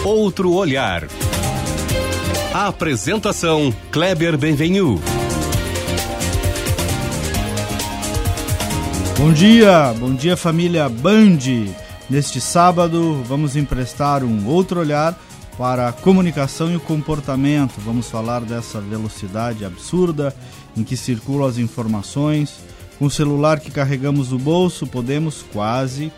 Outro olhar. A apresentação Kleber Benvenu. Bom dia família Band. Neste sábado vamos emprestar um outro olhar para a comunicação e o comportamento. Vamos falar dessa velocidade absurda em que circulam as informações. Com o celular que carregamos no bolso, podemos quase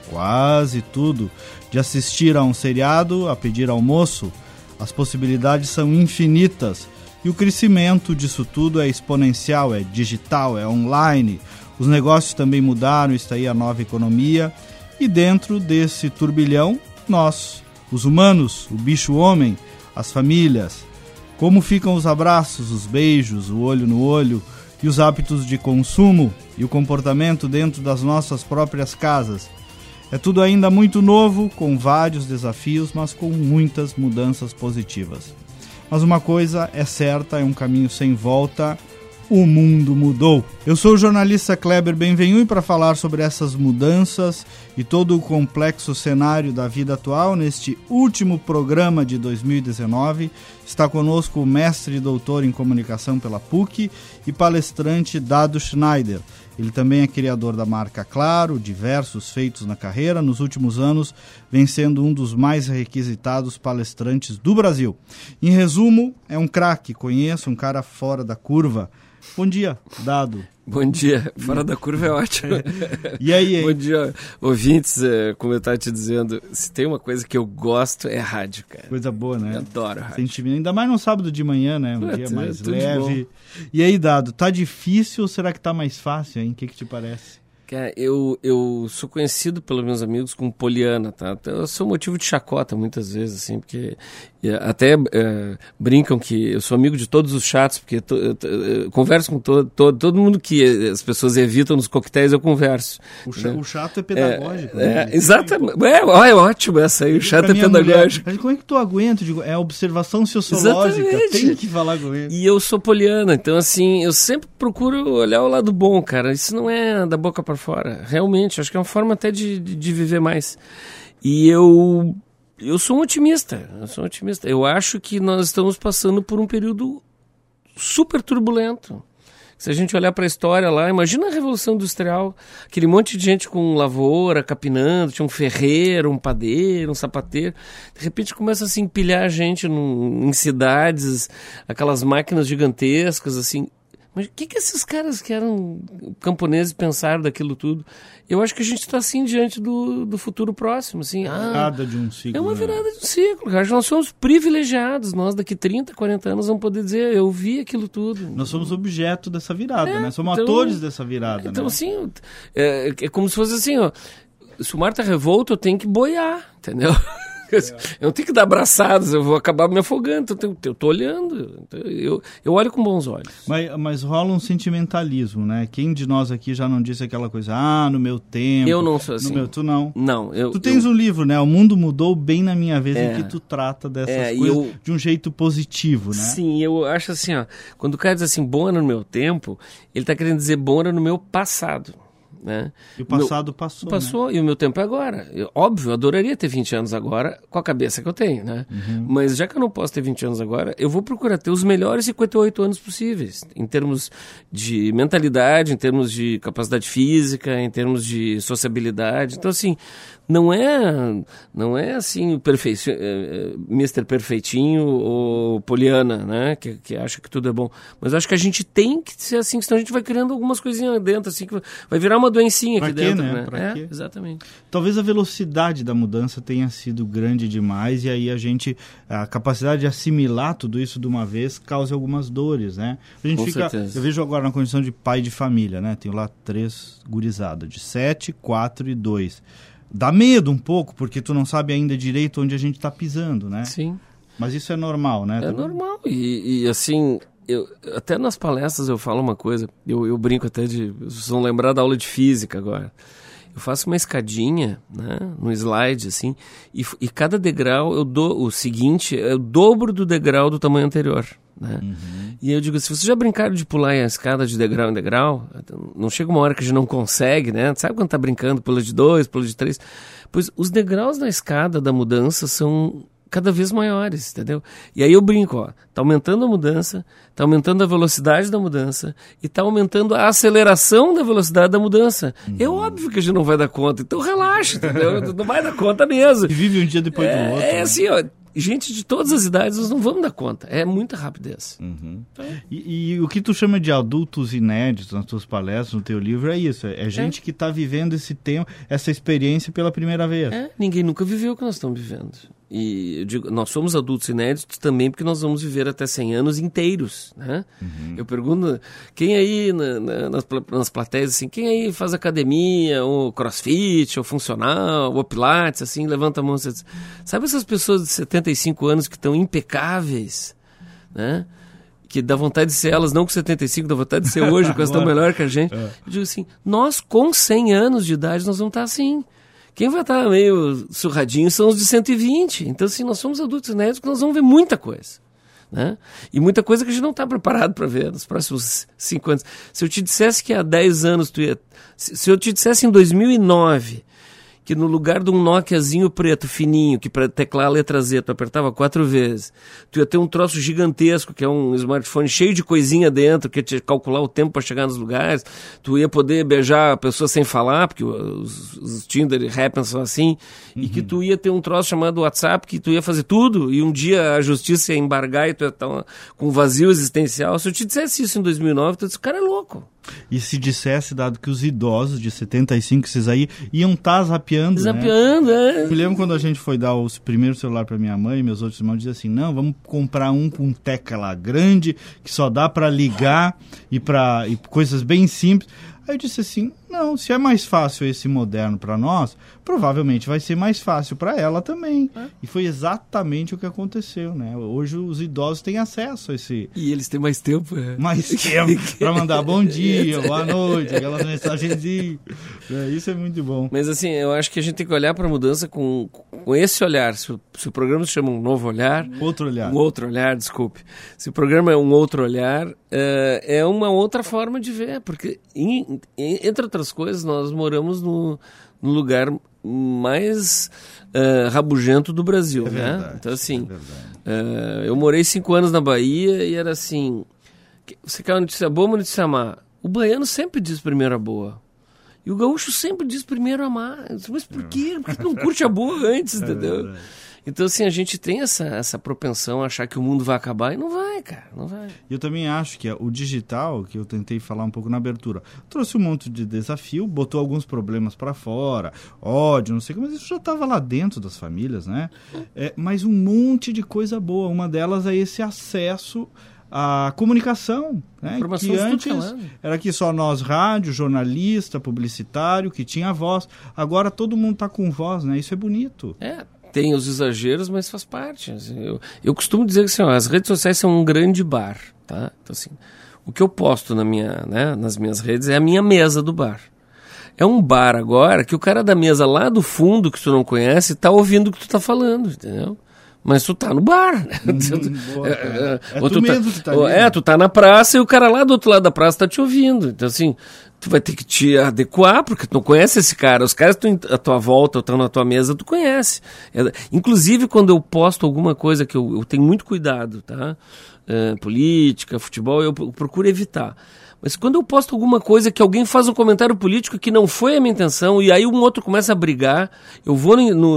tudo. De assistir a um seriado a pedir almoço, as possibilidades são infinitas. E o crescimento disso tudo é exponencial, é digital, é online. Os negócios também mudaram, está aí a nova economia. E dentro desse turbilhão, nós, os humanos, o bicho-homem, as famílias. Como ficam os abraços, os beijos, o olho no olho e os hábitos de consumo e o comportamento dentro das nossas próprias casas. É tudo ainda muito novo, com vários desafios, mas com muitas mudanças positivas. Mas uma coisa é certa, é um caminho sem volta. O mundo mudou. Eu sou o jornalista Kleber Benvenu e para falar sobre essas mudanças e todo o complexo cenário da vida atual, neste último programa de 2019, está conosco o mestre e doutor em comunicação pela PUC e palestrante Dado Schneider. Ele também é criador da marca Claro, diversos feitos na carreira. Nos últimos anos, vem sendo um dos mais requisitados palestrantes do Brasil. Em resumo, é um craque, conheço, um cara fora da curva. Bom dia, Dado. Bom dia, fora da curva é ótimo. E aí? Bom dia, ouvintes, como eu estava te dizendo, se tem uma coisa que eu gosto é rádio, cara. Coisa boa, né? Eu adoro rádio. Sentimento, ainda mais no sábado de manhã, né? Um dia mais leve. E aí, Dado, tá difícil ou será que tá mais fácil, hein? O que te parece? Cara, eu sou conhecido pelos meus amigos como Poliana, tá? Eu sou motivo de chacota muitas vezes, assim, porque até brincam que eu sou amigo de todos os chatos, porque eu converso com todo mundo que as pessoas evitam nos coquetéis, eu converso. O chato é pedagógico. Exatamente. É ótimo essa aí, o chato é pedagógico. Mas como é que tu aguenta? É observação sociológica, exatamente. Tem que falar com ele. E eu sou Poliana, então assim, eu sempre procuro olhar o lado bom, cara. Isso não é da boca para fora. Realmente, acho que é uma forma até de viver mais. E eu sou um otimista. Eu acho que nós estamos passando por um período super turbulento. Se a gente olhar para a história lá, imagina a Revolução Industrial, aquele monte de gente com lavoura, capinando, tinha um ferreiro, um padeiro, um sapateiro. De repente começa a se empilhar a gente em cidades, aquelas máquinas gigantescas, assim. Mas o que esses caras que eram camponeses pensaram daquilo tudo? Eu acho que a gente está assim diante do futuro próximo. Assim, virada de um ciclo. É uma virada de um ciclo. Acho que nós somos privilegiados. Nós daqui 30, 40 anos vamos poder dizer, eu vi aquilo tudo. Nós somos objeto dessa virada, né? Somos atores dessa virada. Então, né? assim, é como se fosse assim, ó. Se o mar tá revolto, eu tenho que boiar, entendeu? Eu não tenho que dar abraçadas, eu vou acabar me afogando. Eu tô olhando, eu olho com bons olhos. Mas rola um sentimentalismo, né? Quem de nós aqui já não disse aquela coisa, no meu tempo... Eu não sou assim. Tu não? Não. Tu tens um livro, né? O Mundo Mudou Bem na Minha Vez, em que tu trata dessas coisas de um jeito positivo, né? Sim, eu acho assim, ó, quando o cara diz assim, bom era no meu tempo, ele tá querendo dizer bom era no meu passado. Né? E o passado passou, né? E o meu tempo é agora. Óbvio, eu adoraria ter 20 anos agora com a cabeça que eu tenho, né? Mas já que eu não posso ter 20 anos agora, eu vou procurar ter os melhores 58 anos possíveis, em termos de mentalidade, em termos de capacidade física, em termos de sociabilidade. Então, assim, não é assim o Mr. Perfeitinho ou Poliana, né? Que acha que tudo é bom. Mas eu acho que a gente tem que ser assim, senão a gente vai criando algumas coisinhas dentro, assim, que vai virar uma doencinha aqui dentro, né? Pra quê? Exatamente. Talvez a velocidade da mudança tenha sido grande demais e aí a capacidade de assimilar tudo isso de uma vez cause algumas dores, né? Eu vejo agora na condição de pai de família, né? Tenho lá 3 gurizadas, de 7, 4 e 2. Dá medo um pouco, porque tu não sabe ainda direito onde a gente está pisando, né? Sim. Mas isso é normal, né? É normal. E assim, até nas palestras eu falo uma coisa, eu brinco até vocês vão lembrar da aula de física agora. Eu faço uma escadinha, né, no slide, assim, e cada degrau eu dou o seguinte, é o dobro do degrau do tamanho anterior. Né? E eu digo, se você já brincaram de pular a escada de degrau em degrau, não chega uma hora que a gente não consegue, né? Sabe quando tá brincando, pula de 2, pula de 3? Pois os degraus da escada da mudança são cada vez maiores, entendeu? E aí eu brinco, tá aumentando a mudança, tá aumentando a velocidade da mudança e tá aumentando a aceleração da velocidade da mudança. É óbvio que a gente não vai dar conta, então relaxa, entendeu? Não vai dar conta mesmo. E vive um dia depois do outro. É assim, gente de todas as idades, nós não vamos dar conta. É muita rapidez. Então... E o que tu chama de adultos inéditos nas tuas palestras, no teu livro, é isso. É gente que está vivendo esse tempo, essa experiência pela primeira vez. Ninguém nunca viveu o que nós estamos vivendo. E eu digo, nós somos adultos inéditos também porque nós vamos viver até 100 anos inteiros, né? Eu pergunto, quem aí nas plateias, assim, quem aí faz academia, ou crossfit, ou funcional, ou pilates, assim, levanta a mão. Sabe essas pessoas de 75 anos que estão impecáveis, né? Que dá vontade de ser elas, não com 75, dá vontade de ser hoje, porque elas estão melhor que a gente. Eu digo assim, nós com 100 anos de idade, nós vamos estar assim. Quem vai estar meio surradinho são os de 120. Então, assim, nós somos adultos inéditos que nós vamos ver muita coisa, né? E muita coisa que a gente não está preparado para ver nos próximos 5 anos. Se eu te dissesse que há 10 anos tu ia... Se eu te dissesse em 2009 que no lugar de um Nokiazinho preto, fininho, que para teclar a letra Z tu apertava 4 vezes, tu ia ter um troço gigantesco, que é um smartphone cheio de coisinha dentro, que ia te calcular o tempo para chegar nos lugares, tu ia poder beijar a pessoa sem falar, porque os Tinder e Happn são assim, e que tu ia ter um troço chamado WhatsApp, que tu ia fazer tudo, e um dia a justiça ia embargar e tu ia estar com um vazio existencial. Se eu te dissesse isso em 2009, tu disse, o cara é louco. E se dissesse, dado que os idosos de 75, esses aí, iam estar zapeando, né? Eu me lembro quando a gente foi dar o primeiro celular para minha mãe, meus outros irmãos diziam assim, não, vamos comprar um com tecla grande, que só dá para ligar e coisas bem simples. Aí eu disse assim, não, se é mais fácil esse moderno para nós, provavelmente vai ser mais fácil para ela também. E foi exatamente o que aconteceu, né? Hoje os idosos têm acesso a esse... E eles têm mais tempo, Mais tempo para mandar bom dia, boa noite, aquelas mensagenzinhas. Isso é muito bom. Mas assim, eu acho que a gente tem que olhar para a mudança com esse olhar. Se o programa se chama Um Novo Olhar... Outro olhar. Um outro olhar, desculpe. Se o programa é Um Outro Olhar, é uma outra forma de ver, porque entre outras coisas, nós moramos no lugar mais rabugento do Brasil, né? Verdade, então, assim, eu morei 5 anos na Bahia e era assim, você quer uma notícia boa ou uma notícia má? O baiano sempre diz primeiro a boa. E o gaúcho sempre diz primeiro a má. Mas por quê? Por que não curte a boa antes, entendeu? Então, assim, a gente tem essa propensão a achar que o mundo vai acabar e não vai, cara, não vai. Eu também acho que o digital, que eu tentei falar um pouco na abertura, trouxe um monte de desafio, botou alguns problemas para fora, ódio, não sei o que, mas isso já estava lá dentro das famílias, né? Mas um monte de coisa boa. Uma delas é esse acesso à comunicação, né? Que antes era aqui só nós, rádio, jornalista, publicitário, que tinha voz. Agora todo mundo está com voz, né? Isso é bonito. Tem os exageros, mas faz parte. Assim, eu costumo dizer que assim, as redes sociais são um grande bar, tá? Então, assim, o que eu posto nas minhas redes é a minha mesa do bar. É um bar agora que o cara da mesa lá do fundo, que tu não conhece, tá ouvindo o que tu tá falando, entendeu? Mas tu tá no bar. Tu tá na praça e o cara lá do outro lado da praça tá te ouvindo. Então, assim, tu vai ter que te adequar, porque tu não conhece esse cara. Os caras que estão à tua volta, estão na tua mesa, tu conhece. Inclusive, quando eu posto alguma coisa que eu tenho muito cuidado, tá? Política, futebol, eu procuro evitar. Mas quando eu posto alguma coisa que alguém faz um comentário político que não foi a minha intenção, e aí um outro começa a brigar, eu vou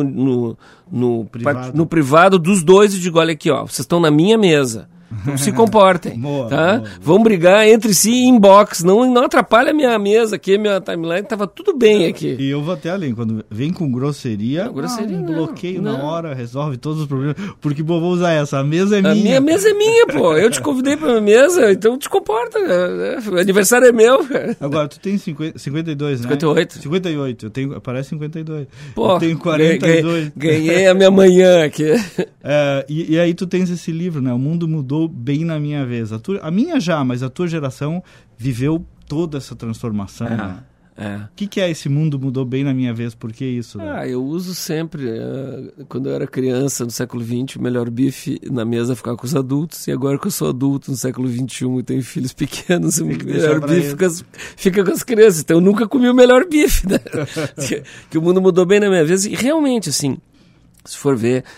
no privado dos dois e digo, olha aqui, ó, vocês estão na minha mesa. Então se comportem, tá? Vão brigar entre si em inbox, não atrapalha a minha mesa aqui, minha timeline, tava tudo bem aqui. E eu vou até além, quando vem com grosseria, bloqueio na hora, resolve todos os problemas, porque, vou usar essa, a mesa é minha. A minha mesa é minha, pô, eu te convidei pra minha mesa, então te comporta, o aniversário é meu, cara. Agora, tu tem 52, né? 58, parece 52. Pô, eu tenho 42. Ganhei a minha manhã aqui. E aí tu tens esse livro, né? O Mundo Mudou Bem na Minha Vez. A minha já, mas a tua geração viveu toda essa transformação, né? O que é esse mundo mudou bem na minha vez? Por que isso? Né? Eu uso sempre, quando eu era criança, no século XX, o melhor bife na mesa ficava com os adultos, e agora que eu sou adulto, no século XXI, e tenho filhos pequenos, o melhor bife fica com as crianças. Então eu nunca comi o melhor bife, né? Que o mundo mudou bem na minha vez. E realmente, assim, se for ver,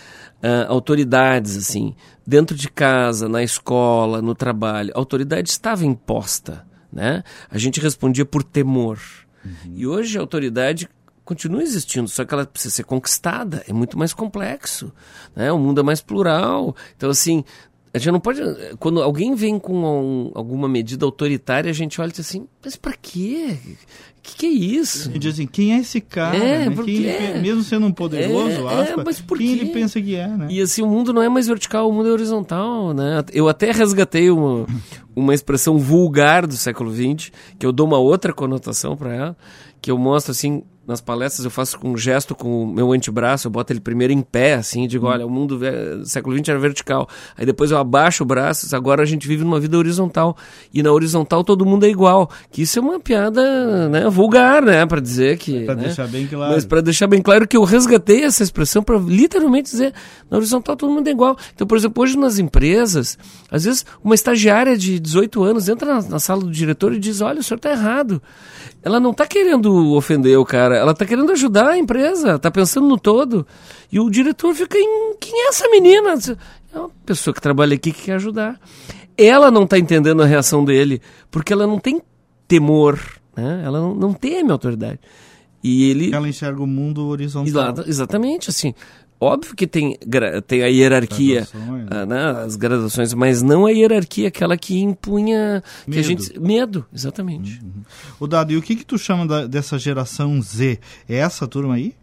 autoridades, assim, dentro de casa, na escola, no trabalho. A autoridade estava imposta, né? A gente respondia por temor. E hoje a autoridade continua existindo, só que ela precisa ser conquistada, é muito mais complexo, né? O mundo é mais plural. Então, assim, a gente não pode... Quando alguém vem com alguma medida autoritária, a gente olha e diz assim, mas pra quê? O que é isso? E dizem, quem é esse cara? Né? Mesmo sendo um poderoso, mas por quem quê? ele pensa que é, né? E assim, o mundo não é mais vertical, o mundo é horizontal, né? Eu até resgatei uma expressão vulgar do século XX, que eu dou uma outra conotação para ela, que eu mostro assim... Nas palestras eu faço um gesto com o meu antebraço, eu boto ele primeiro em pé, assim, digo, olha, o mundo do século XX era vertical. Aí depois eu abaixo o braço, agora a gente vive numa vida horizontal. E na horizontal todo mundo é igual. Que isso é uma piada, né, vulgar, né, pra dizer que... Pra né, deixar bem claro. Mas pra deixar bem claro que eu resgatei essa expressão pra literalmente dizer, na horizontal todo mundo é igual. Então, por exemplo, hoje nas empresas, às vezes uma estagiária de 18 anos entra na sala do diretor e diz, olha, o senhor tá errado. Ela não tá querendo ofender o cara, ela tá querendo ajudar a empresa, tá pensando no todo. E o diretor fica quem é essa menina? É uma pessoa que trabalha aqui que quer ajudar. Ela não tá entendendo a reação dele, porque ela não tem temor, né? Ela não teme a autoridade. E ele... Ela enxerga o mundo horizontal. Exatamente, assim... Óbvio que tem a hierarquia, né, as graduações, mas não a hierarquia, aquela que impunha... Medo, exatamente. O Dado, e o que tu chama dessa geração Z? É essa turma aí?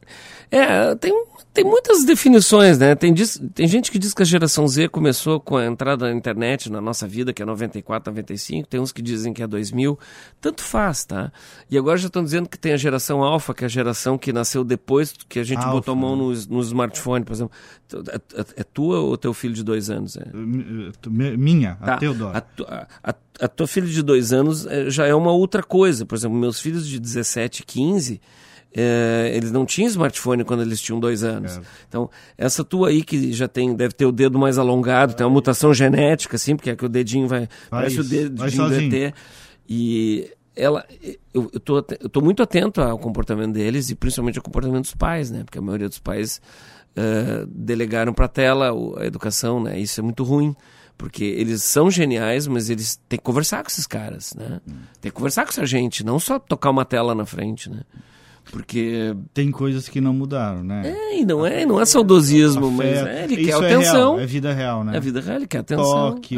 Tem muitas definições, né? Tem gente que diz que a geração Z começou com a entrada da internet na nossa vida, que é 94, 95. Tem uns que dizem que é 2000. Tanto faz, tá? E agora já estão dizendo que tem a geração Alpha, que é a geração que nasceu depois que a gente botou a mão no smartphone, por exemplo. É tua ou teu filho de 2 anos? Minha, a Teodora. A tua filha de 2 anos já é uma outra coisa. Por exemplo, meus filhos de 17, 15... eles não tinham smartphone quando eles tinham 2 anos. Então, essa tua aí que já deve ter o dedo mais alongado, tem uma mutação genética, assim, porque é que o dedinho parece o dedinho do ET. E eu tô muito atento ao comportamento deles e principalmente ao comportamento dos pais, né? Porque a maioria dos pais delegaram para a tela a educação, né? Isso é muito ruim. Porque eles são geniais, mas eles têm que conversar com esses caras, né? Tem que conversar com essa gente, não só tocar uma tela na frente, né? Porque... Tem coisas que não mudaram, né? E não é saudosismo, mas ele quer atenção. Real, é vida real, né? É vida real, ele quer atenção. Toque,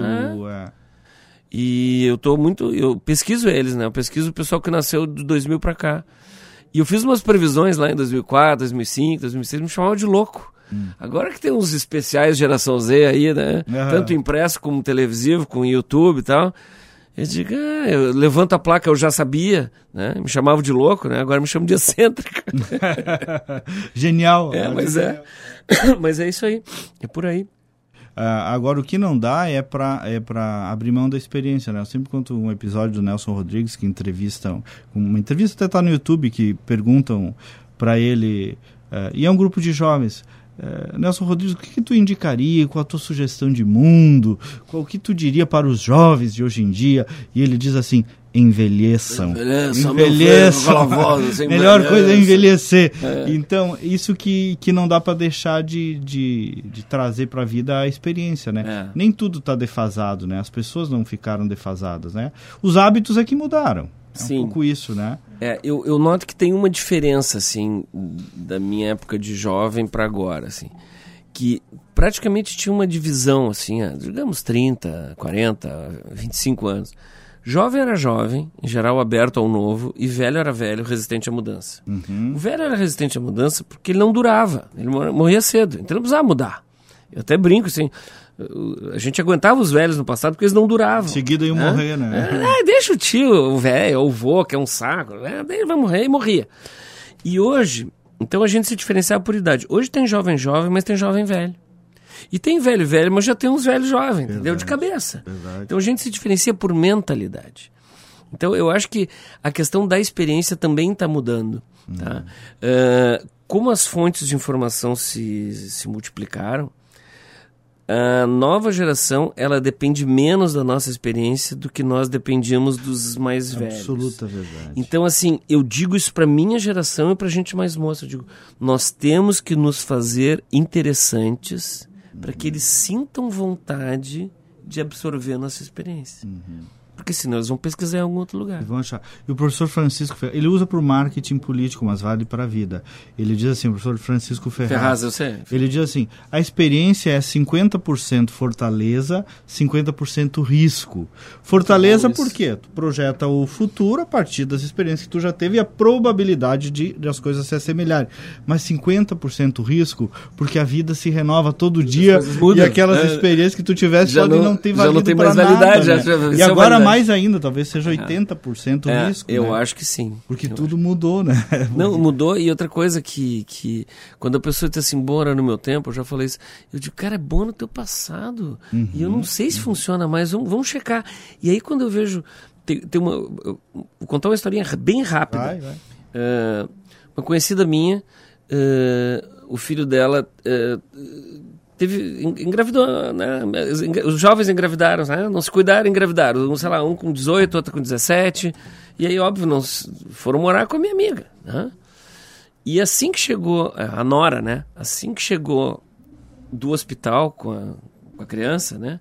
E eu pesquiso eles, né? Eu pesquiso o pessoal que nasceu de 2000 pra cá. E eu fiz umas previsões lá em 2004, 2005, 2006, me chamavam de louco. Agora que tem uns especiais geração Z aí, né? Tanto impresso como televisivo, com YouTube e tal... Eu digo, eu levanto a placa, eu já sabia, né? Me chamavam de louco, né? Agora me chamam de excêntrico. Genial. Mas é isso aí, é por aí. Agora, o que não dá é para abrir mão da experiência, né? Eu sempre conto um episódio do Nelson Rodrigues que entrevistam, uma entrevista até tá no YouTube, que perguntam para ele, e é um grupo de jovens, Nelson Rodrigues, o que tu indicaria, qual a tua sugestão de mundo, o que tu diria para os jovens de hoje em dia? E ele diz assim, envelheçam. Melhor coisa é envelhecer. Então, isso que não dá para deixar de trazer para a vida a experiência, né? Nem tudo está defasado, né? As pessoas não ficaram defasadas, né? Os hábitos é que mudaram. Sim. Um pouco isso, né? Eu noto que tem uma diferença, assim, da minha época de jovem para agora, assim, que praticamente tinha uma divisão, assim, digamos 30, 40, 25 anos. Jovem era jovem, em geral aberto ao novo, e velho era velho, resistente à mudança. O velho era resistente à mudança porque ele não durava, ele morria cedo, então ele não precisava mudar. Eu até brinco, assim, a gente aguentava os velhos no passado porque eles não duravam. Em seguida iam morrer, né? Deixa o tio, o velho, ou o vô, que é um saco, daí ele vai morrer, e morria. E hoje, então a gente se diferenciava por idade. Hoje tem jovem, mas tem jovem velho. E tem velho, mas já tem uns velhos jovens, entendeu? De cabeça. Verdade. Então a gente se diferencia por mentalidade. Então eu acho que a questão da experiência também está mudando. Tá? Como as fontes de informação se multiplicaram, a nova geração, ela depende menos da nossa experiência do que nós dependíamos dos mais velhos. Absoluta verdade. Então, assim, eu digo isso para minha geração e para gente mais moça. Eu digo, nós temos que nos fazer interessantes para que eles sintam vontade de absorver a nossa experiência. Porque senão eles vão pesquisar em algum outro lugar. Vão achar. E o professor Francisco Ferraz, ele usa para o marketing político, mas vale para a vida. Ele diz assim, o professor Francisco Ferraz, eu sei. Ele diz assim, a experiência é 50% fortaleza, 50% risco. Fortaleza por quê? Tu projeta o futuro a partir das experiências que tu já teve e a probabilidade de as coisas se assemelharem. Mas 50% risco, porque a vida se renova todo dia e aquelas experiências que tu tivesse podem não ter valido para nada. Validade, né? E agora mais ainda, talvez seja 80% risco. Eu acho que sim. Porque tudo mudou, né? Não, mudou. E outra coisa que quando a pessoa diz assim, bom, era no meu tempo, eu já falei isso. Eu digo, cara, é bom no teu passado. E eu não sei se funciona mais, vamos checar. E aí quando eu vejo, vou contar uma historinha bem rápida. Vai. Uma conhecida minha, o filho dela... engravidou, né? Os jovens engravidaram, né? Não se cuidaram, engravidaram. Sei lá, um com 18, outro com 17. E aí, óbvio, não foram morar com a minha amiga, né? E assim que chegou, a nora, né? Assim que chegou do hospital com a criança, né?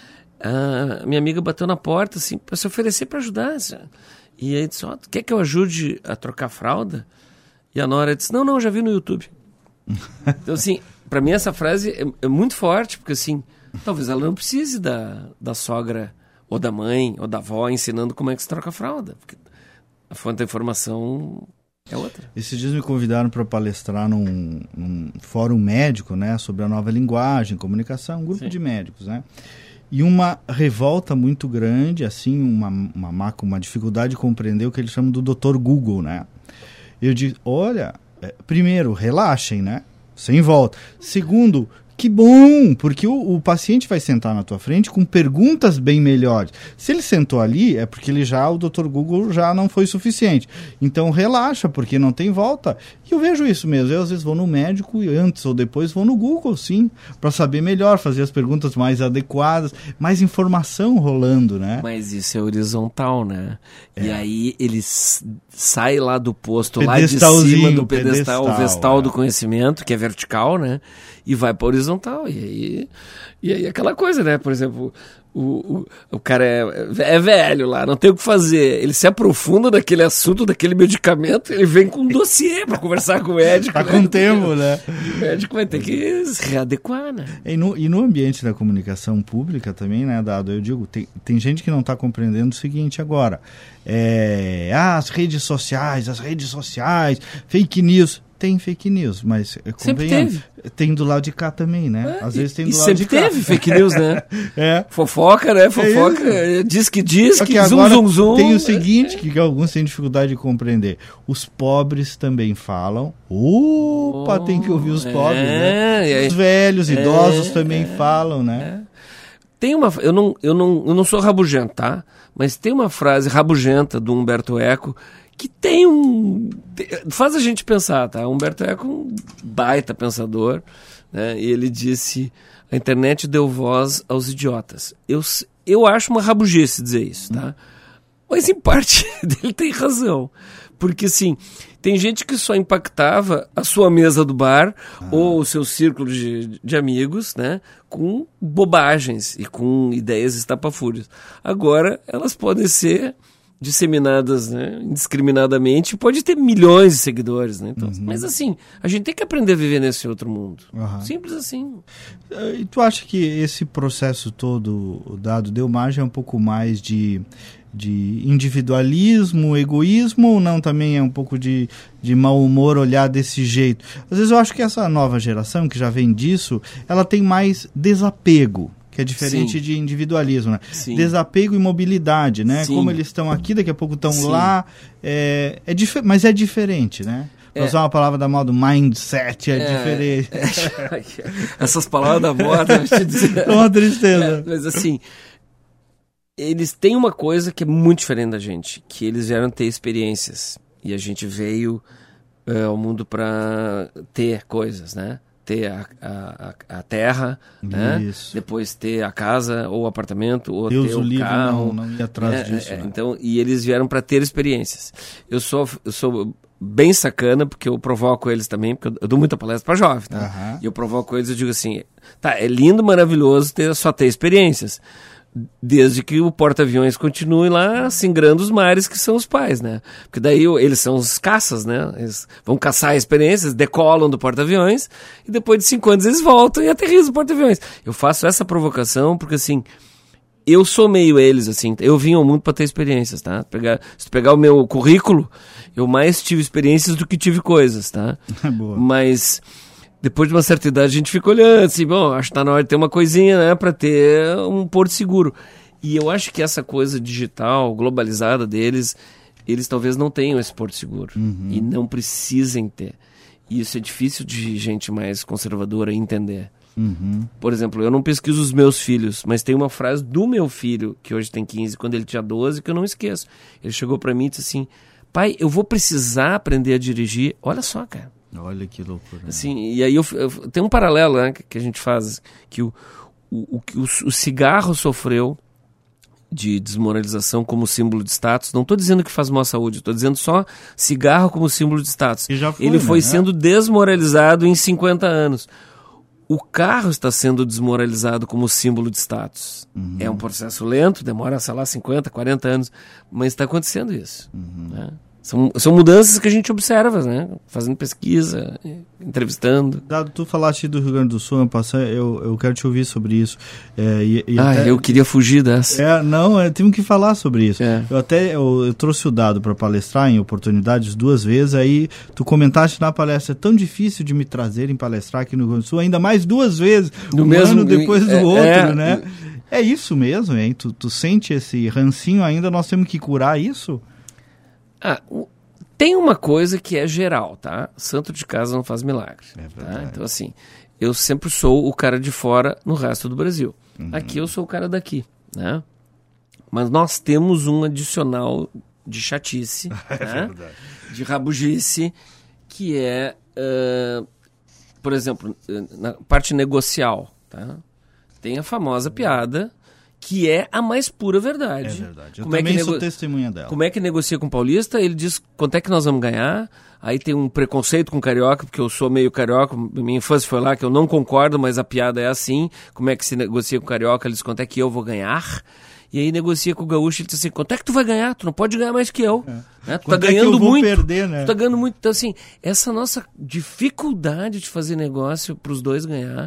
A minha amiga bateu na porta, assim, para se oferecer para ajudar. Assim. E aí disse, quer que eu ajude a trocar a fralda? E a nora disse, não, já vi no YouTube. Então, assim... Para mim essa frase é muito forte, porque assim, talvez ela não precise da sogra, ou da mãe, ou da avó ensinando como é que se troca a fralda, porque a fonte da informação é outra. Esses dias me convidaram para palestrar num fórum médico, né, sobre a nova linguagem, comunicação, um grupo de médicos, né, e uma revolta muito grande, assim, uma dificuldade de compreender o que eles chamam do Dr. Google, né. Eu digo, olha, primeiro, relaxem, né, sem volta. Segundo, que bom, porque o paciente vai sentar na tua frente com perguntas bem melhores. Se ele sentou ali, é porque o Dr. Google já não foi suficiente. Então relaxa, porque não tem volta. E eu vejo isso mesmo. Eu às vezes vou no médico e antes ou depois vou no Google, sim, para saber melhor, fazer as perguntas mais adequadas, mais informação rolando, né? Mas isso é horizontal, né? E aí ele sai lá do posto, lá de cima do pedestal, o vestal do conhecimento, que é vertical, né? E vai para horizontal. E aí aquela coisa, né? Por exemplo, o cara é velho lá, não tem o que fazer. Ele se aprofunda naquele assunto, daquele medicamento, ele vem com um dossiê para conversar com o médico. Tá com tempo, né? O médico vai ter que se readequar, né? E no ambiente da comunicação pública também, né, Dado? Eu digo, tem gente que não está compreendendo o seguinte agora. As redes sociais, fake news. Tem fake news, mas sempre teve. Tem do lado de cá também, né? Às vezes tem do lado de cá. Sempre teve fake news, né? Fofoca, né? Diz que zoom. Tem o seguinte, que alguns têm dificuldade de compreender. Os pobres também falam. Tem que ouvir os pobres, né? Os velhos, idosos também falam, né? Tem uma... Eu não sou rabugento, tá? Mas tem uma frase rabugenta do Humberto Eco que faz a gente pensar, tá? Humberto Eco é um baita pensador, né? E ele disse, a internet deu voz aos idiotas. Eu acho uma rabugice dizer isso, tá? Mas em parte ele tem razão, porque assim, tem gente que só impactava a sua mesa do bar ou o seu círculo de amigos, né? Com bobagens e com ideias estapafúrdias. Agora, elas podem ser disseminadas, né, indiscriminadamente, pode ter milhões de seguidores, né? Então, mas assim, a gente tem que aprender a viver nesse outro mundo. Simples assim. E tu acha que esse processo todo, Dado, deu margem a um pouco mais de individualismo, egoísmo, ou não também é um pouco de mau humor olhar desse jeito? Às vezes eu acho que essa nova geração, que já vem disso, ela tem mais desapego, que é diferente de individualismo, né? Desapego e mobilidade, né? Como eles estão aqui, daqui a pouco estão lá, mas é diferente, né? Para usar uma palavra da moda, mindset diferente. Essas palavras da moda, eu te dizer. É uma tristeza. Mas assim, eles têm uma coisa que é muito diferente da gente, que eles vieram ter experiências, e a gente veio ao mundo para ter coisas, né? ter a terra, né? Depois ter a casa ou o apartamento, ou Deus ter o carro. Não ia atrás disso. Né? Então, e eles vieram para ter experiências. Eu sou bem sacana, porque eu provoco eles também, porque eu dou muita palestra para jovem, tá? E eu provoco eles, eu digo assim, tá, é lindo, maravilhoso só ter experiências, desde que o porta-aviões continue lá singrando os mares que são os pais, né? Porque daí eles são os caças, né? Eles vão caçar experiências, decolam do porta-aviões e depois de 5 anos eles voltam e aterrissam o porta-aviões. Eu faço essa provocação porque, assim, eu sou meio eles, assim, eu vim ao mundo para ter experiências, tá? Se tu pegar o meu currículo, eu mais tive experiências do que tive coisas, tá? Boa. Mas depois de uma certa idade a gente fica olhando assim, bom, acho que tá na hora de ter uma coisinha, né, para ter um porto seguro. E eu acho que essa coisa digital, globalizada deles, eles talvez não tenham esse porto seguro. E não precisem ter. E isso é difícil de gente mais conservadora entender. Por exemplo, eu não pesquiso os meus filhos, mas tem uma frase do meu filho, que hoje tem 15, quando ele tinha 12, que eu não esqueço. Ele chegou para mim e disse assim, pai, eu vou precisar aprender a dirigir. Olha só, cara. Olha que loucura. Assim, e aí tem um paralelo, né, que a gente faz, que o cigarro sofreu de desmoralização como símbolo de status. Não estou dizendo que faz mal à saúde, estou dizendo só cigarro como símbolo de status. Ele foi sendo desmoralizado em 50 anos. O carro está sendo desmoralizado como símbolo de status. É um processo lento, demora, sei lá, 50, 40 anos, mas está acontecendo isso. Né? São mudanças que a gente observa, né? Fazendo pesquisa, entrevistando. Dado, tu falaste do Rio Grande do Sul, eu quero te ouvir sobre isso. Eu queria fugir dessa. Temos que falar sobre isso. Eu trouxe o Dado para palestrar em oportunidades 2 vezes, aí tu comentaste na palestra, é tão difícil de me trazerem palestrar aqui no Rio Grande do Sul, ainda mais 2 vezes, ano depois do outro, né? É isso mesmo, hein? Tu sente esse rancinho ainda, nós temos que curar isso? Tem uma coisa que é geral, tá? Santo de casa não faz milagre. Tá? Então, assim, eu sempre sou o cara de fora no resto do Brasil. Aqui eu sou o cara daqui, né? Mas nós temos um adicional de chatice, né? De rabugice, que é, por exemplo, na parte negocial, tá? Tem a famosa piada, que é a mais pura verdade. É verdade. Eu também sou testemunha dela. Como é que negocia com o paulista? Ele diz quanto é que nós vamos ganhar. Aí tem um preconceito com carioca, porque eu sou meio carioca. Minha infância foi lá, que eu não concordo, mas a piada é assim. Como é que se negocia com o carioca? Ele diz quanto é que eu vou ganhar. E aí negocia com o gaúcho, ele diz assim, quanto é que tu vai ganhar? Tu não pode ganhar mais que eu. Né? Tu tá ganhando muito. Perder, né? Tu tá ganhando muito. Então, assim, essa nossa dificuldade de fazer negócio para os dois ganhar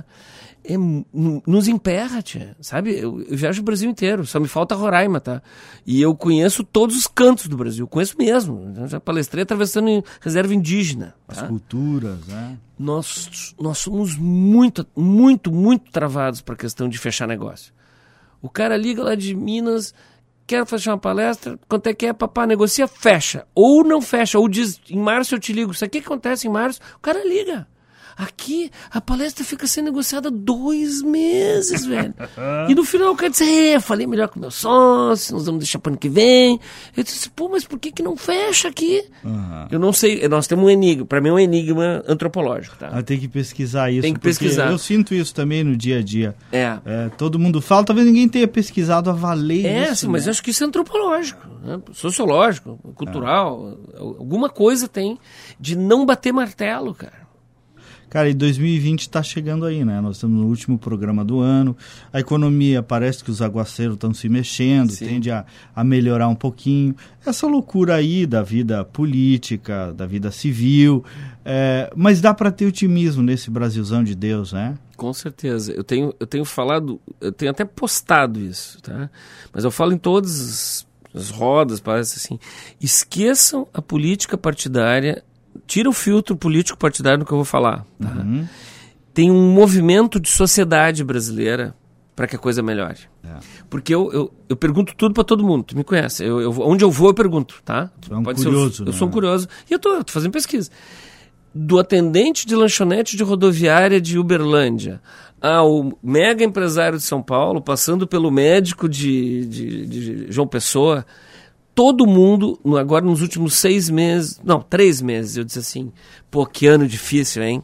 nos emperra, tia, sabe? Eu viajo o Brasil inteiro, só me falta Roraima, tá? E eu conheço todos os cantos do Brasil, conheço mesmo. Eu já palestrei atravessando em reserva indígena. As culturas, né? Nós somos muito, muito, muito travados para a questão de fechar negócio. O cara liga lá de Minas, quero fazer uma palestra, quanto é que é, papá, negocia, fecha. Ou não fecha, ou diz, em março eu te ligo. Isso aqui que acontece em março, o cara liga. Aqui, a palestra fica sendo negociada 2 meses, velho. E no final o cara disse, falei melhor com o meu sócio, nós vamos deixar para o ano que vem. Eu disse, mas por que não fecha aqui? Eu não sei, nós temos um enigma, para mim é um enigma antropológico, tá? Tem que pesquisar isso. Tem que pesquisar. Eu sinto isso também no dia a dia. Todo mundo fala, talvez ninguém tenha pesquisado a valer isso. Sim, mas eu acho que isso é antropológico, né? Sociológico, cultural, alguma coisa tem de não bater martelo, cara. Cara, e 2020 está chegando aí, né? Nós estamos no último programa do ano. A economia, parece que os aguaceiros estão se mexendo, tende a melhorar um pouquinho. Essa loucura aí da vida política, da vida civil. Mas dá para ter otimismo nesse Brasilzão de Deus, né? Com certeza. Eu tenho falado, eu tenho até postado isso, tá? Mas eu falo em todas as rodas, parece assim. Esqueçam a política partidária. Tira o filtro político partidário no que eu vou falar. Tá? Tem um movimento de sociedade brasileira para que a coisa melhore. Porque eu pergunto tudo para todo mundo. Tu me conhece. Onde eu vou, eu pergunto. Tá? Eu sou um curioso. E eu tô fazendo pesquisa. Do atendente de lanchonete de rodoviária de Uberlândia ao mega empresário de São Paulo, passando pelo médico de João Pessoa, todo mundo, agora nos últimos 3 meses, eu disse assim, que ano difícil, hein?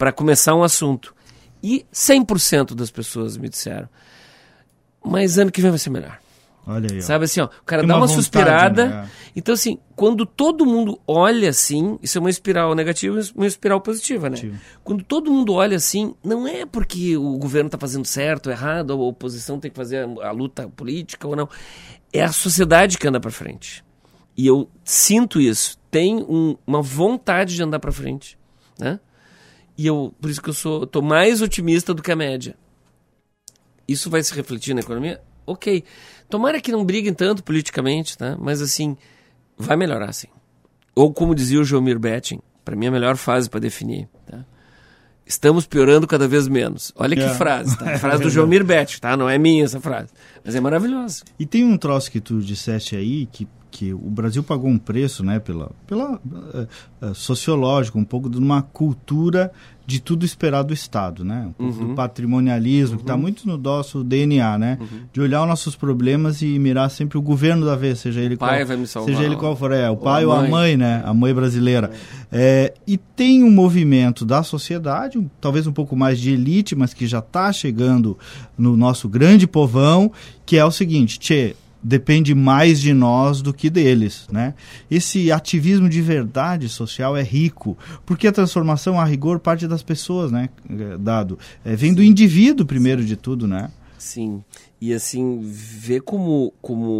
para começar um assunto. E 100% das pessoas me disseram, mas ano que vem vai ser melhor. Olha aí, ó. Sabe assim, ó, o cara Tem dá uma vontade, suspirada. né? Então, assim, quando todo mundo olha assim, isso é uma espiral negativa e uma espiral positiva, né? Positivo. Quando todo mundo olha assim, não é porque o governo está fazendo certo ou errado, a oposição tem que fazer a luta política ou não. É a sociedade que anda para frente. E eu sinto isso. Tem uma vontade de andar para frente, né? E por isso que eu tô mais otimista do que a média. Isso vai se refletir na economia? Ok. Tomara que não briguem tanto politicamente, tá? Mas assim, vai melhorar, sim. Ou como dizia o Joelmir Betting, para mim a melhor fase para definir, tá? Estamos piorando cada vez menos. Olha que frase, tá? A frase do Joelmir Betting, tá? Não é minha essa frase. Mas é maravilhosa. E tem um troço que tu disseste aí, que o Brasil pagou um preço, né, pela sociológico, um pouco de uma cultura de tudo esperar do Estado, né? Um pouco do patrimonialismo, que está muito no nosso DNA, né? De olhar os nossos problemas e mirar sempre o governo da vez, seja ele pai vai me salvar, seja ele qual for, o pai ou a mãe, né? A mãe brasileira. E tem um movimento da sociedade, talvez um pouco mais de elite, mas que já está chegando no nosso grande povão, que é o seguinte, depende mais de nós do que deles, né? Esse ativismo de verdade social é rico, porque a transformação, a rigor, parte das pessoas, né? Vem do indivíduo primeiro de tudo, né? Sim, e assim, ver como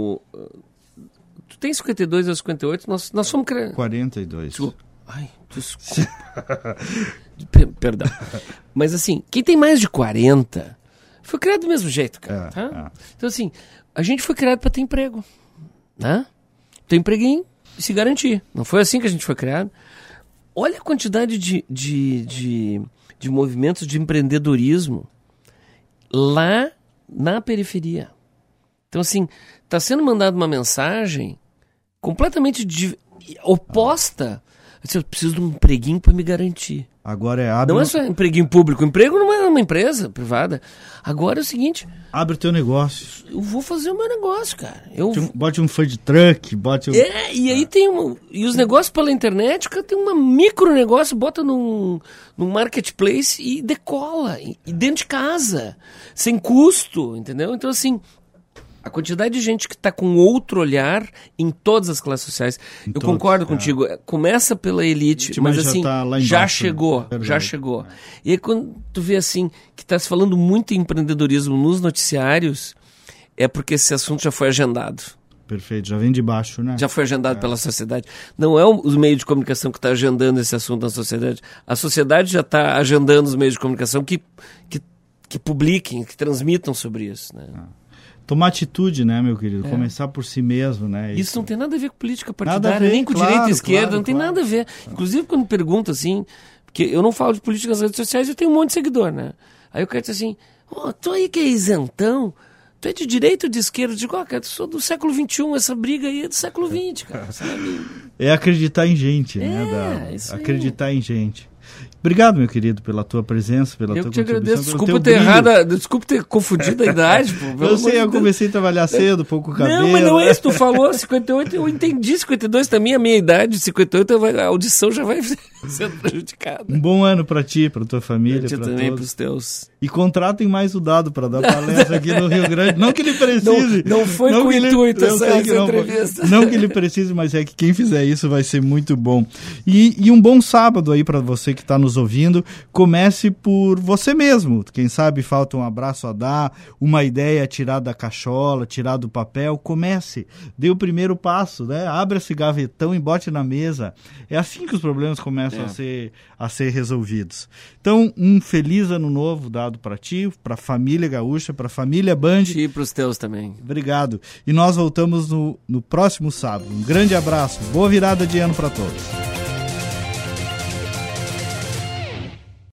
tu tem 52 ou 58, nós somos... 42. Ai, desculpa. Perdão. Mas assim, quem tem mais de 40 foi criado do mesmo jeito, cara. Tá? Então assim, a gente foi criado para ter emprego, né? Ter empreguinho e se garantir. Não foi assim que a gente foi criado. Olha a quantidade de movimentos de empreendedorismo lá na periferia. Então, assim, está sendo mandada uma mensagem completamente oposta. Eu preciso de um empreguinho para me garantir. Agora Não é só empreguinho público. Emprego não é uma empresa privada. Agora é o seguinte... Abre o teu negócio. Eu vou fazer o meu negócio, cara. Bote um food truck, bote um... e aí tem e os negócios pela internet, o cara tem um micro negócio, bota num marketplace e decola. E dentro de casa. Sem custo, entendeu? Então, assim... A quantidade de gente que está com outro olhar em todas as classes sociais. Eu concordo contigo. Começa pela elite, mas assim, já chegou. E aí quando tu vê assim, que está se falando muito em empreendedorismo nos noticiários, é porque esse assunto já foi agendado. Perfeito, já vem de baixo, né? Já foi agendado pela sociedade. Não é o meio de comunicação que está agendando esse assunto na sociedade. A sociedade já está agendando os meios de comunicação que publiquem, que transmitam sobre isso, né? Tomar atitude, né, meu querido? Começar por si mesmo, né? Isso não tem nada a ver com política partidária, nem com direita e esquerda, não tem nada a ver. Inclusive, quando pergunta assim, porque eu não falo de política nas redes sociais, eu tenho um monte de seguidor, né? Aí o cara diz assim, tu aí que é isentão, tu é de direita ou de esquerda? Eu digo, cara, eu sou do século XXI, essa briga aí é do século XX, cara, sabe? É acreditar em gente, né? Acreditar em gente. Obrigado, meu querido, pela tua presença, pela tua contribuição. Eu te agradeço. Desculpa ter confundido a idade. Pô, eu sei, eu comecei a trabalhar cedo, pouco cabelo. Não, mas não é isso. Tu falou 58, eu entendi 52 também, a minha idade, 58, a audição já vai ser prejudicada. Um bom ano pra ti, pra tua família, pra também, todos. Pros teus. E contratem mais o Dado pra dar palestra aqui no Rio Grande. Não que ele precise. Não foi com o intuito essa entrevista. Não que ele precise, mas é que quem fizer isso vai ser muito bom. E um bom sábado aí pra você que tá nos ouvindo. Comece por você mesmo. Quem sabe falta um abraço a dar, uma ideia a tirar da cachola, tirar do papel. Comece. Dê o primeiro passo, né? Abre esse gavetão e bote na mesa. É assim que os problemas começam a ser resolvidos. Então, um feliz ano novo dado para ti, para a família gaúcha, para a família Band. E para os teus também. Obrigado. E nós voltamos no próximo sábado. Um grande abraço. Boa virada de ano para todos.